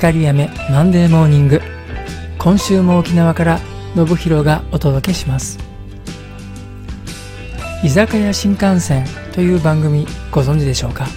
光雨マンデーモーニング。今週も沖縄から信弘がお届けします。居酒屋新幹線という番組ご存知でしょうか。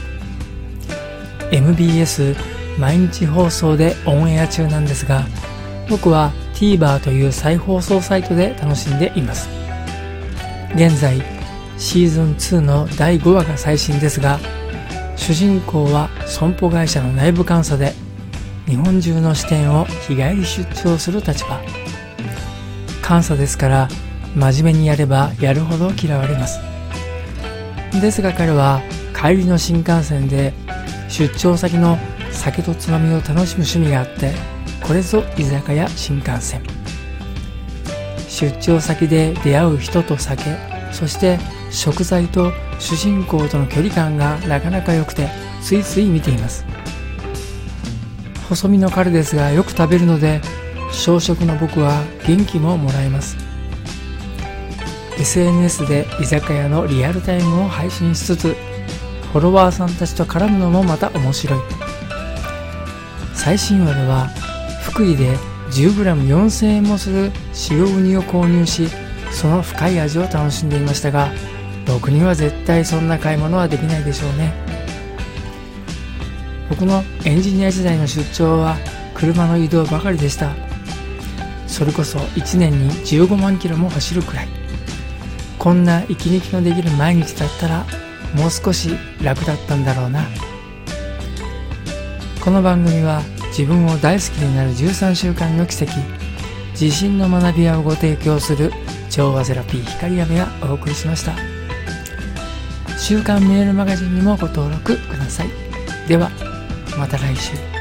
MBS 毎日放送でオンエア中なんですが、僕は TVer という再放送サイトで楽しんでいます。現在シーズン2の第5話が最新ですが、主人公は損保会社の内部監査で日本中の支店を日帰り出張する立場。監査ですから真面目にやればやるほど嫌われます。ですが彼は帰りの新幹線で出張先の酒とつまみを楽しむ趣味があって、これぞ居酒屋新幹線。出張先で出会う人と酒、そして食材と主人公との距離感がなかなか良くてついつい見ています。細身の彼ですがよく食べるので、小食の僕は元気ももらえます。 SNS で居酒屋のリアルタイムを配信しつつ、フォロワーさんたちと絡むのもまた面白い。最新話では福井で 10g4000 円もする塩ウニを購入し、その深い味を楽しんでいましたが、僕には絶対そんな買い物はできないでしょうね。僕のエンジニア時代の出張は車の移動ばかりでした。それこそ1年に15万キロも走るくらい。こんな息抜きのできる毎日だったらもう少し楽だったんだろうな。この番組は自分を大好きになる13週間の奇跡、自信の学び屋をご提供する調和セラピー光雨がお送りしました。週刊メールマガジンにもご登録ください。ではまた来週。